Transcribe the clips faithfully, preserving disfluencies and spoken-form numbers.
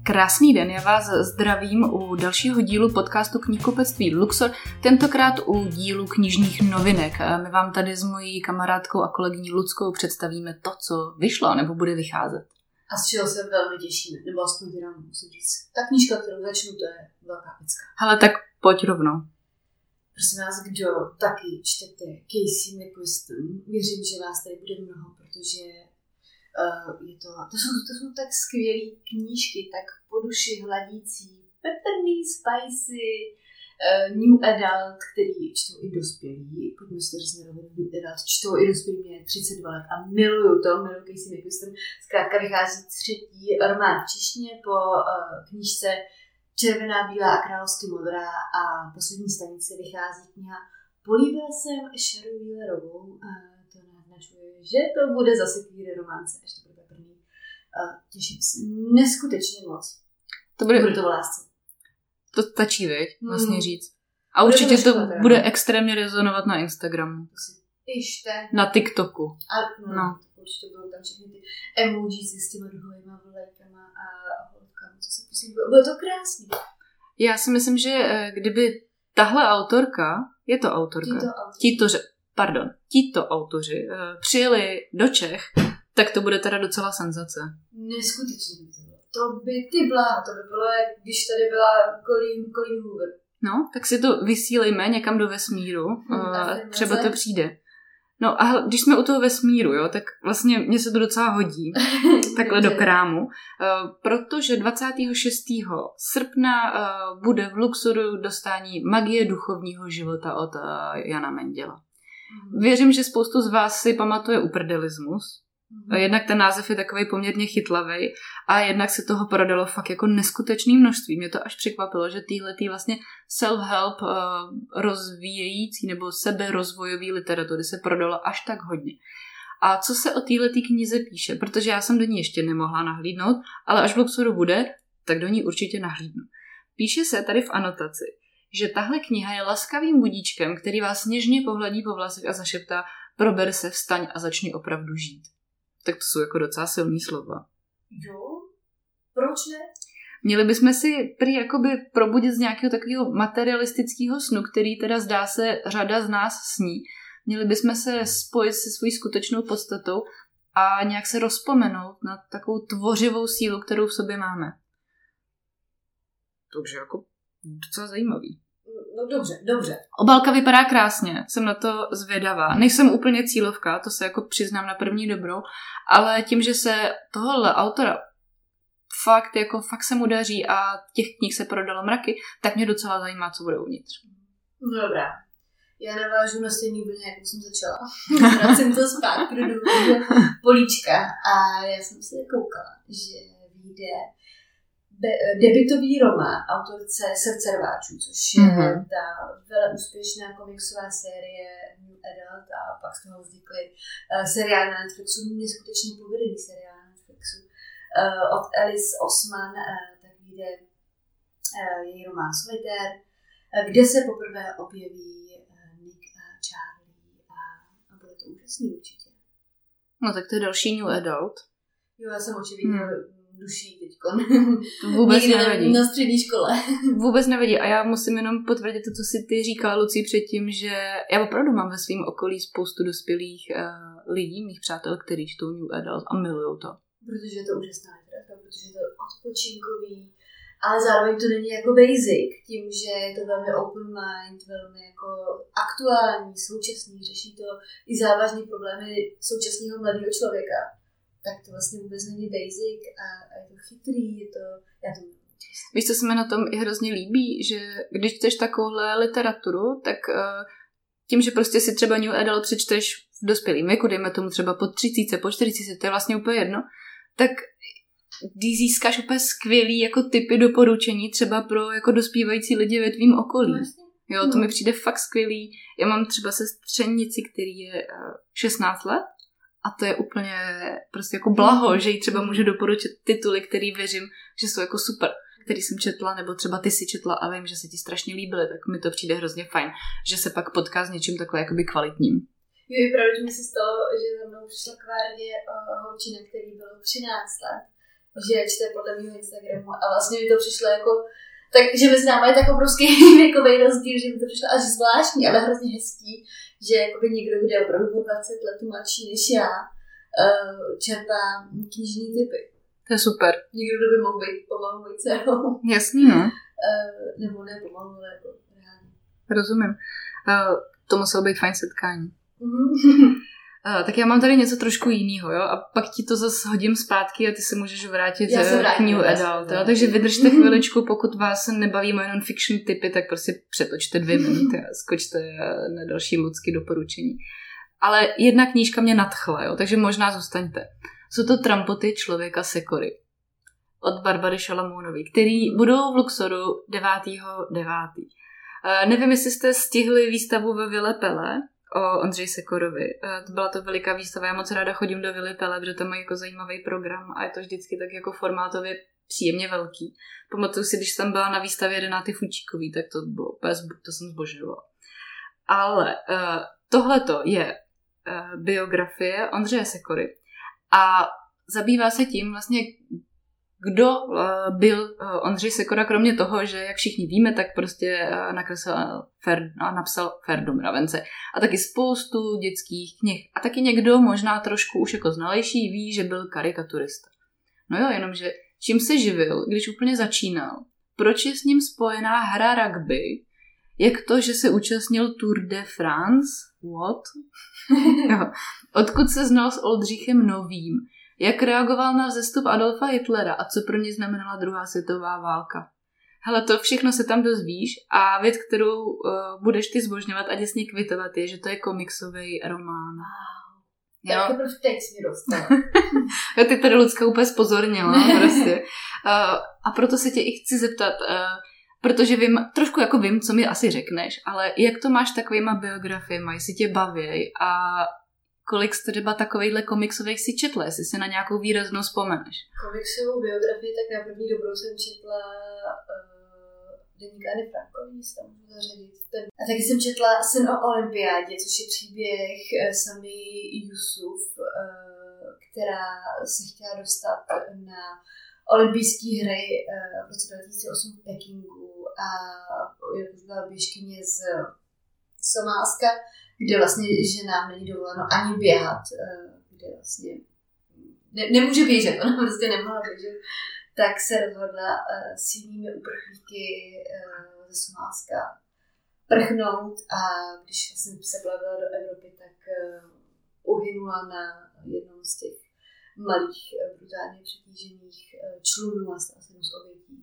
Krásný den, já vás zdravím u dalšího dílu podcastu Knihkupectví Luxor, tentokrát u dílu knižních novinek. My vám tady s mojí kamarádkou a kolegyní Luckou představíme to, co vyšlo nebo bude vycházet. A z čeho se velmi těšíme, nebo aspoň teda musím říct. Ta knížka, kterou začnu, to je velká pecka. Hele, tak pojď rovnou. Prosím vás, kdo taky čtete Casey McQuiston, věřím, že vás tady bude mnoho, protože uh, je to, to, jsou, to jsou tak skvělé knížky, tak po duši hladící, peprný, spicy, uh, new adult, který čtou i dospělí. Pojďme si to říct na rovinu, new adult, čtou i dospělí, mě je třicet dva let a miluju to, miluju Casey McQuiston. Zkrátka vychází třetí román v češtině po uh, knížce Červená, bílá a královsky modrá a poslední stanici vychází kniha Políbil jsem Šaru Wheelerovou. To naznačuje, že to bude zase queer romance, až to bude první. Těším se neskutečně moc. To bude, bude to o lásce. To stačí, viď? Vlastně hmm. říct. A určitě to, to bude extrémně rezonovat na Instagramu. To si pište. Na TikToku. A, no, no. Určitě budou tam všechny ty emojis s těma duhovýma vlejkama a co se pusím. Bylo to krásný. Já si myslím, že kdyby tahle autorka, je to autorka, Tito autoři, títoře, pardon, títo autoři přijeli do Čech, tak to bude teda docela senzace. Neskutečně by to bylo. To by ty bláho, to by bylo, jak když tady byla Colleen, Colleen Hoover. No, tak si to vysílejme někam do vesmíru, hmm, třeba to přijde. No a když jsme u toho vesmíru, jo, tak vlastně mně se to docela hodí, takhle do krámu, uh, protože dvacátého šestého srpna uh, bude v Luxoru dostání Magie duchovního života od uh, Jana Menděla. Mm. Věřím, že spoustu z vás si pamatuje uprdelismus. Mm. Jednak ten název je takovej poměrně chytlavej a jednak se toho prodalo fakt jako neskutečné množství. Mě to až překvapilo, že týhletý vlastně self-help uh, rozvíjející nebo seberozvojový literatury se prodalo až tak hodně. A co se o téhletý knize píše? Protože já jsem do ní ještě nemohla nahlídnout, ale až v Luxoru bude, tak do ní určitě nahlídnu. Píše se tady v anotaci, že tahle kniha je laskavým budíčkem, který vás něžně pohladí po vlasech a zašeptá: prober se, vstaň a začni opravdu žít. Tak to jsou jako docela silný slova. Jo, proč ne? Měli bychom si prý jakoby probudit z nějakého takového materialistického snu, který teda zdá se řada z nás sní. Měli bychom se spojit se svojí skutečnou podstatou a nějak se rozpomenout na takovou tvořivou sílu, kterou v sobě máme. Takže jako docela zajímavý. No dobře, dobře. Obálka vypadá krásně, jsem na to zvědavá. Nejsem úplně cílovka, to se jako přiznám na první dobrou, ale tím, že se tohohle autora fakt, jako fakt se mu daří a těch knih se prodalo mraky, tak mě docela zajímá, co bude uvnitř. No dobrá. Já navážu na stejný vlně, jak jsem začala. Vracím to zpátky do políčka a já jsem se koukala, že vyjde debutový román autorce Srdce rváčů, což je mm-hmm. ta velmi úspěšná komiksová série New Adult a pak z toho vznikly uh, seriály na Netflixu, neskutečně povedený seriál na Netflixu. Uh, od Alice Osman, uh, tak vyjde uh, její román Solitér, uh, kde se poprvé objeví uh, Nick a Charlie a, a bude to úžasný určitě. No tak to je další New Adult. Jo, já jsem očividně hmm. duší teďkon. Vůbec nevadí. Na střední škole. Vůbec nevadí. A já musím jenom potvrdit to, co si ty říkala, Lucí, předtím, že já opravdu mám ve svém okolí spoustu dospělých uh, lidí, mých přátel, kteří čtou New Adult a milujou to. Protože je to úžasná literatura, protože je to odpočinkový, ale zároveň to není jako basic, tím, že je to velmi open mind, velmi jako aktuální, současný, řeší to i závažné problémy současného mladého člověka. Tak to vlastně vůbec není basic a, a je to chytrý, je to... Já to Víš, co se mi na tom i hrozně líbí, že když čteš takovouhle literaturu, tak uh, tím, že prostě si třeba New Adult přečteš v dospělým věku, dejme tomu třeba po třicítce, po čtyřicítce, to je vlastně úplně jedno, tak když získáš úplně skvělý jako tipy doporučení třeba pro jako dospívající lidi ve tvým okolí. Jo, to mi přijde fakt skvělý. Já mám třeba sestřenici, který je uh, šestnáct let, a to je úplně prostě jako blaho, že jí třeba můžu doporučit tituly, který věřím, že jsou jako super, který jsem četla, nebo třeba ty si četla a vím, že se ti strašně líbily, tak mi to přijde hrozně fajn, že se pak potká s něčím takhle jakoby kvalitním. Jo, je pravda, že mi se stalo, že za mnou přišla k Várdě uh, holčina, který bylo třináct let, že čte podle mého Instagramu a vlastně mi to přišlo jako, takže mezi námi je tak obrovský věkový rozdíl, že mi to přišlo až zvláštní, ale hrozně hezký, že jakoby někdo, kdo je opravdu o dvacet let mladší než já, čerpá knižní typy. To je super. Někdo, kdo by mohl být pomalu mojí dcerou. Jasný, no. Nebo ne pomalu, ale jako reálně. Rozumím. To muselo být fajn setkání. Mm-hmm. Tak já mám tady něco trošku jiného, jo? A pak ti to zase hodím zpátky a ty se můžeš vrátit k New Adult. Jo? Takže vydržte chviličku, pokud vás nebaví moje non-fiction typy, tak prostě přetočte dvě minuty a skočte na další ludsky doporučení. Ale jedna knížka mě nadchla, jo? Takže možná zůstaňte. Jsou to Trampoty člověka Sekory od Barbary Šalamounové, který budou v Luxoru devátého devátého Nevím, jestli jste stihli výstavu ve Ville Pele o Ondřeji Sekorovi. To byla to veliká výstava, já moc ráda chodím do Ville Pele, protože tam mají jako zajímavý program a je to vždycky tak jako formátově příjemně velký. Pamatuju si, když tam byla na výstavě Renáty Fučíkový, tak to bylo úplně, to jsem zbožovala. Ale uh, tohleto je uh, biografie Ondřeje Sekory a zabývá se tím vlastně, kdo uh, byl uh, Ondřej Sekora, kromě toho, že, jak všichni víme, tak prostě uh, nakreslil Fer, uh, napsal Ferdu Mravence. A taky spoustu dětských knih. A taky někdo, možná trošku už jako znalejší, ví, že byl karikaturista. No jo, jenomže čím se živil, když úplně začínal? Proč je s ním spojená hra rugby? Jak to, že se účastnil Tour de France? What? Jo. Odkud se znal s Oldřichem Novým? Jak reagoval na vzestup Adolfa Hitlera a co pro ně znamenala druhá světová válka. Hele, to všechno se tam dozvíš a věc, kterou uh, budeš ty zbožňovat a děsně kvitovat, je, že to je komiksový román. Jo? Tak to prostě teď mi dostala. Ty tady Lucka úplně spozornila, prostě. Uh, a proto se tě i chci zeptat, uh, protože vím, trošku jako vím, co mi asi řekneš, ale jak to máš takovýma biografiemi, jestli tě baví a kolik jste třeba takovejhle komiksových si četla, jestli si na nějakou výraznou vzpomeneš? Komiksovou biografii tak na první dobrou jsem četla uh, deník Anny Frankový, se tam můžu zařadit. Ten. A taky jsem četla Sen o olympiádě, což je příběh uh, Sami Yusuf, uh, která se chtěla dostat na olympijské hry uh, v roce dva tisíce osm v Pekingu a jakož byla běžkyně z Somálska, kde vlastně ženám není dovoleno ani běhat, kde vlastně ne, nemůže běžet, ona prostě nemohla běžet, tak se rozhodla s jinými uprchlíky ze Somálska prchnout a když vlastně se plavila do Evropy, tak uhynula na jednom z těch malých, brutálně přetížených člunů a stala se jednou z obětí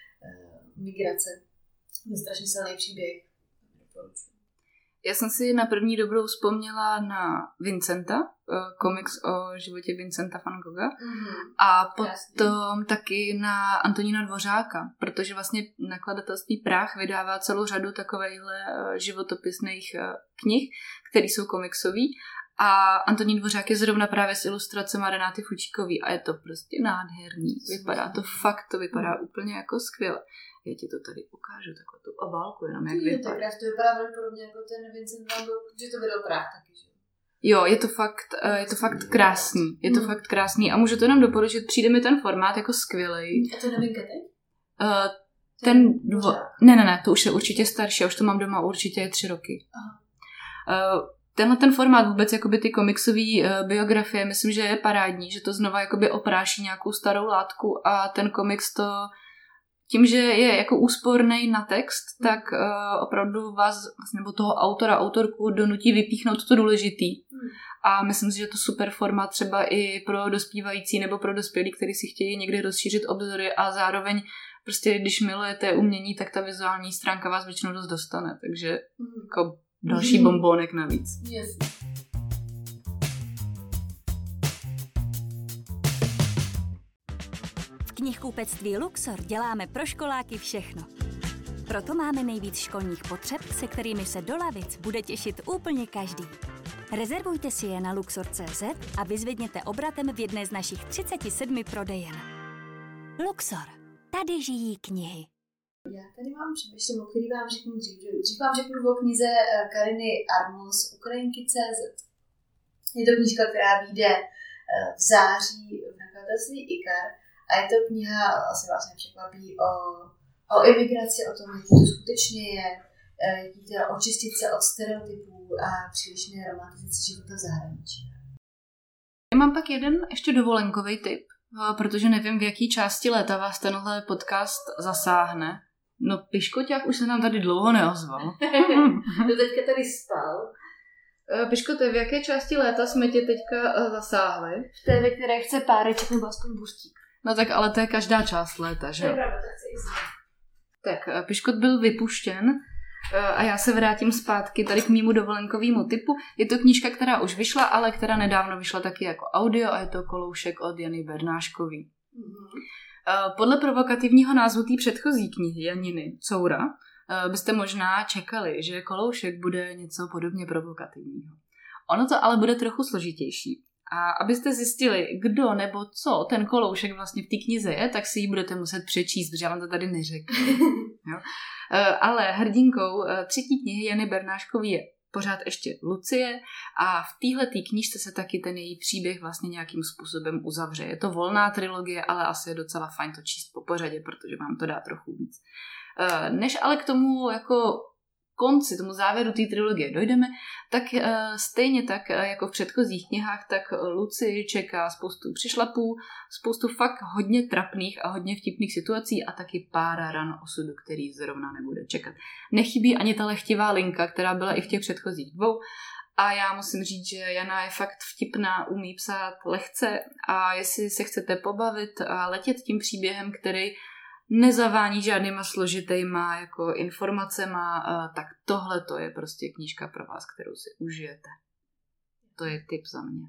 migrace. To je strašně silný příběh. Doporučuji. Já jsem si na první dobrou vzpomněla na Vincenta, komiks o životě Vincenta van Gogha mm-hmm. a potom Krásný. Taky na Antonína Dvořáka, protože vlastně nakladatelství Práh vydává celou řadu takovejhle životopisných knih, které jsou komiksový a Antonín Dvořák je zrovna právě s ilustracemi Renáty Fučíkový a je to prostě nádherný. Vypadá to fakt, to vypadá mm. úplně jako skvěle. Já ti to tady ukážu, takhle tu obálku, jenom jak vypadá. To vypadá velmi podobně jako ten Vincent van Gogh, že to vydal Práh taky, že? Jo, je to fakt, je to fakt krásný. Je to mm. fakt krásný a můžu to jenom doporučit, přijde mi ten formát jako skvělej. A to novinka teď? Uh, ten dvo... Ne, ne, ne, to už je určitě starší, já už to mám doma určitě tři roky. Aha. Uh, Tenhle ten formát vůbec jakoby ty komiksový uh, biografie, myslím, že je parádní, že to znova jakoby opráší nějakou starou látku a ten komiks to tím, že je jako úsporný na text, tak uh, opravdu vás, nebo toho autora, autorku donutí vypíchnout to důležitý. A myslím si, že to super forma třeba i pro dospívající nebo pro dospělí, kteří si chtějí někdy rozšířit obzory a zároveň prostě, když milujete umění, tak ta vizuální stránka vás většinou dost dostane. Takže jako další bombónek navíc. Yes. V knihkupectví Luxor děláme pro školáky všechno. Proto máme nejvíc školních potřeb, se kterými se do lavic bude těšit úplně každý. Rezervujte si je na luxor tečka cé zet a vyzvedněte obratem v jedné z našich třiceti sedmi prodejen. Luxor. Tady žijí knihy. Já tady mám přemýšlím, o který vám řeknu dřív. Dřív vám řeknu o knize Kariny Armos Ukrajinky tečka cé zet. Je to knížka, která vyjde v září v nakladatelství Ikar A je to kniha, asi vás nepřekvapí, o, o imigraci, o tom, jaký to skutečně je, jaký to očistit se od stereotypů a přílišné romantizace života v zahraničí. Já mám pak jeden ještě dovolenkový tip, protože nevím, v jaký části léta vás tenhle podcast zasáhne. No, Piškoťák už se nám tady dlouho neozval. To teďka tady spal. Piškote, v jaké části léta jsme tě teďka zasáhli? V té, ve které chce páreček nebo aspoň bustík. No tak ale to je každá část léta, že? To je pravda, tak chce i Tak, Piškot byl vypuštěn a já se vrátím zpátky tady k mému dovolenkovému typu. Je to knížka, která už vyšla, ale která nedávno vyšla taky jako audio a je to Koloušek od Jany Bernáškový. Mm-hmm. Podle provokativního názvu té předchozí knihy Janiny Coura byste možná čekali, že Koloušek bude něco podobně provokativního. Ono to ale bude trochu složitější. A abyste zjistili, kdo nebo co ten Koloušek vlastně v té knize je, tak si ji budete muset přečíst, protože já vám to tady neřeknu. Jo? Ale hrdinkou třetí knihy Jany Bernáškový je pořád ještě Lucie a v téhletý knížce se taky ten její příběh vlastně nějakým způsobem uzavře. Je to volná trilogie, ale asi je docela fajn to číst po pořadě, protože vám to dá trochu víc. Než ale k tomu jako konci, tomu závěru té trilogie dojdeme, tak stejně tak jako v předchozích knihách, tak Lucii čeká spoustu přišlapů, spoustu fakt hodně trapných a hodně vtipných situací a taky pár ran osudu, který zrovna nebude čekat. Nechybí ani ta lehtivá linka, která byla i v těch předchozích dvou. A já musím říct, že Jana je fakt vtipná, umí psát lehce a jestli se chcete pobavit a letět tím příběhem, který nezavání žádnýma složitýma jako informacema, tak tohle to je prostě knížka pro vás, kterou si užijete. To je tip za mě.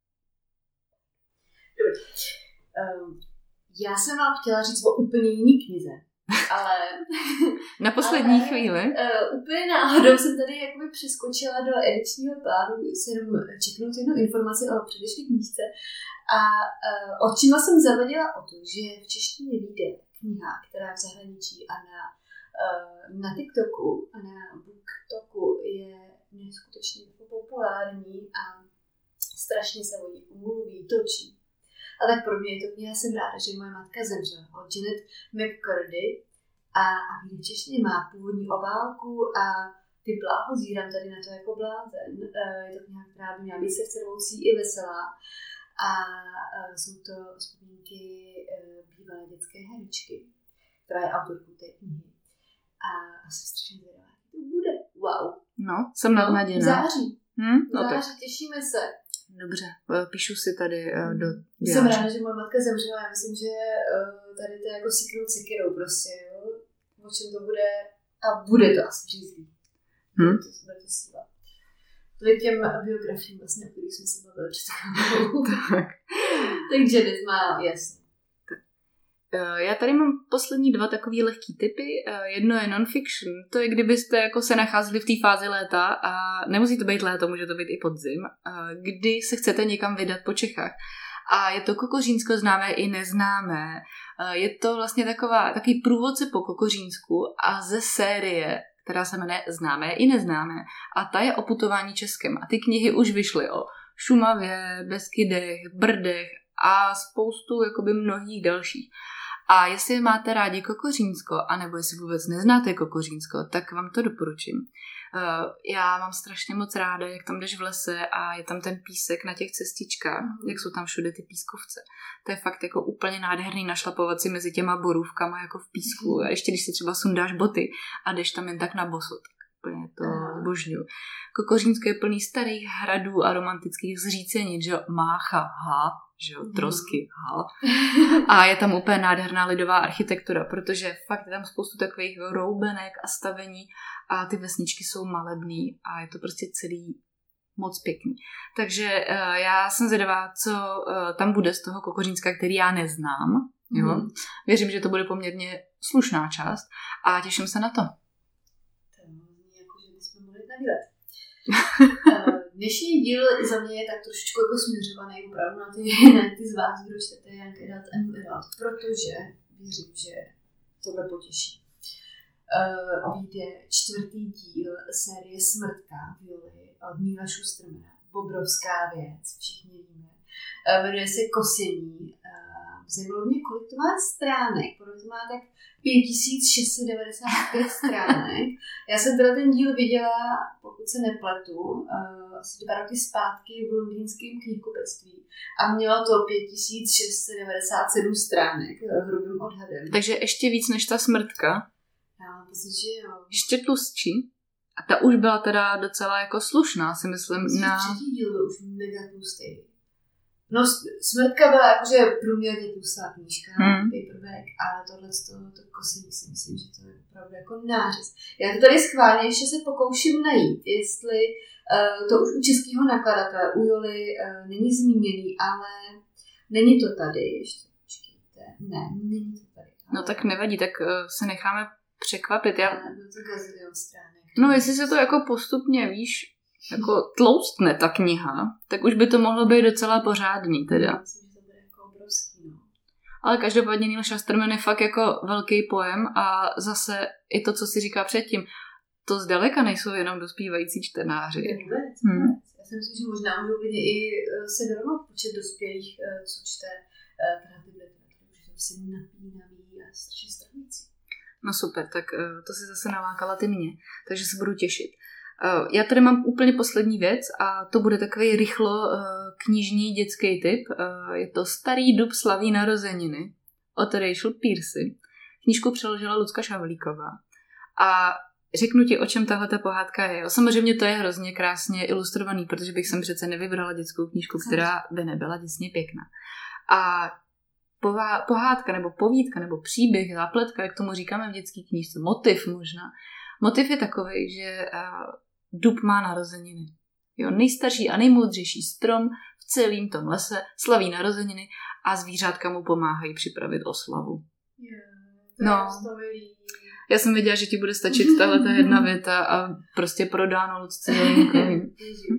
Dobře. Um, já jsem vám chtěla říct o úplně jiný knize, ale... Na poslední ale, chvíli? Uh, úplně náhodou jsem tady jakoby přeskočila do edičního plánu si jenom čeknout jednu informaci o předešlé knížce a uh, očima jsem zavadila o to, že v češtině vyjde kniha, která v zahraničí a na, uh, na TikToku a na BookToku je neskutečně populární a strašně se o ní mluví, točí. A tak pro mě je to kniha, jsem ráda, že moje matka zemřela od Janet McCurdy a, a v češtině má původní obálku a ty bláho zírám tady na to jako blázen. Uh, je to kniha, která by měla být srdcervoucí i veselá. A uh, jsou to vzpomínky uh, bývalé dětské herečky, která je autorkou té knihy. A asi strašně zvědavá, to bude. Wow. No, jsem no, nadnaděná. V září. Hm? No v září, tak. Těšíme se. Dobře, píšu si tady uh, do diáře. Jsem ráda, že moje matka zemřela. Já myslím, že uh, tady to je jako siknout sekirou prostě, jo. O čem to bude. A bude to asi řízlý. Hm? To bude to síla. To je těm biografiím vlastně, o kterých jsme se bavili před chvílí. Tak. Takže dnes má jasně. Já tady mám poslední dva takový lehký tipy. Jedno je non-fiction. To je, kdybyste jako se nacházeli v té fázi léta a nemusí to být léto, může to být i podzim, kdy se chcete někam vydat po Čechách. A je to Kokořínsko známé i neznámé. Je to vlastně taková, takový průvodce po Kokořínsku a ze série, která se jmenuje Známé i neznámé. A ta je o putování Českem. A ty knihy už vyšly o Šumavě, Beskydech, Brdech a spoustu jakoby mnohých dalších. A jestli máte rádi Kokořínsko, anebo jestli vůbec neznáte Kokořínsko, tak vám to doporučím. Já mám strašně moc ráda, jak tam jdeš v lese a je tam ten písek na těch cestičkách, mm. jak jsou tam všude ty pískovce. To je fakt jako úplně nádherný našlapovat si mezi těma borůvkama jako v písku. Mm. A ještě když si třeba sundáš boty a jdeš tam jen tak na boso, tak úplně to zbožňuju. Kokořínsko je plný starých hradů a romantických zřícenin, že jo, Mácha, ha, že jo, Trosky, ha. A je tam úplně nádherná lidová architektura, protože fakt je tam spoustu takových roubenek a stavení a ty vesničky jsou malebný a je to prostě celý moc pěkný. Takže uh, já jsem zvědavá, co uh, tam bude z toho Kokořínska, který já neznám. Jo? Mm. Věřím, že to bude poměrně slušná část a těším se na to. Dnešní díl za mě je tak trošičku jako směřovaný opravdu na ty, na ty z vás, kdo čtete Young Adult a New Adult, protože věřím, že tohle potěší. Uh, vyjde čtvrtý díl série Smrtka Violy od Neila Schustermana. Bobrovská věc, všichni víme. Uh, jmenuje se Kosení. Uh, zajímalo mě, kolik to má stránek. Podle to má tak pět tisíc šest set devadesát pět stránek. Já jsem teda ten díl viděla, pokud se nepletu, uh, asi dva roky zpátky v londýnském knihkupectví. A mělo to pět tisíc šest set devadesát sedm stránek, hrubým odhadem. Takže ještě víc než ta Smrtka. Já mám pocit, že jo. Ještě tlustší. A ta už byla teda docela jako slušná, si myslím. Myslím, na... třetí díl byl už mega tlustý. No, Smrtka byla jakože průměrně tlustá knížka, hmm. paperback, ale tohle to, to kosení si myslím, že to je opravdu jako nářez. Já to tady schválně ještě se pokouším najít, jestli uh, to už u českého nakladatele u Joly uh, není zmíněný, ale není to tady ještě. Počkejte, ne, není to tady. Ale... No tak nevadí, tak uh, se necháme překvapit. Já... Byl to gazilion stránek. No, jestli se to jako postupně, víš, jako tloustne ta kniha, tak už by to mohlo být docela pořádný teda. Myslím, že to bude jako obrovský, no. Ale každopádně Neil Shusterman je fakt jako velký pojem a zase i to, co si říká předtím, to zdaleka nejsou jenom dospívající čtenáři. Vůbec, hmm. Já si myslím, že možná můžou klidně i se dorovnat počet dospělých, co čte teda ty literatury, protože to prostě napínavý a strašně stranící. No super, tak to si zase nalákala ty mě, takže se budu těšit. Já tady mám úplně poslední věc a to bude takový rychlo knižní dětský tip. Je to Starý dub slaví narozeniny od Rachel Piercy. Knížku přeložila Lucka Šavlíková. A řeknu ti, o čem tahleta pohádka je. Samozřejmě to je hrozně krásně ilustrovaný, protože bych sem přece nevybrala dětskou knížku, která by nebyla děsně pěkná. A pohádka nebo povídka nebo příběh, zápletka, jak tomu říkáme v dětské knížce, motiv možná. Motiv je takový, že dub má narozeniny. Jo, nejstarší a nejmoudřejší strom v celém tom lese slaví narozeniny a zvířátka mu pomáhají připravit oslavu. No, já jsem věděla, že ti bude stačit tahle jedna věta a prostě prodáno Lucce Jelínkovi.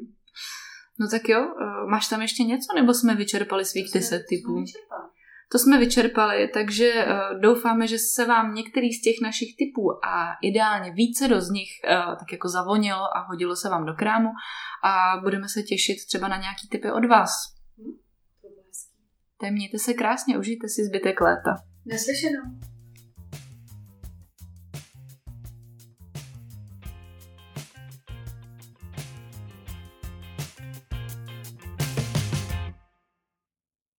No tak jo, máš tam ještě něco, nebo jsme vyčerpali svých deset typů? To jsme vyčerpali, takže uh, doufáme, že se vám některý z těch našich tipů a ideálně více do z nich uh, tak jako zavonilo a hodilo se vám do krámu a budeme se těšit třeba na nějaký tipy od vás. Hmm, to bylo hezký. Tak mějte se krásně, užijte si zbytek léta. Neslyšenou.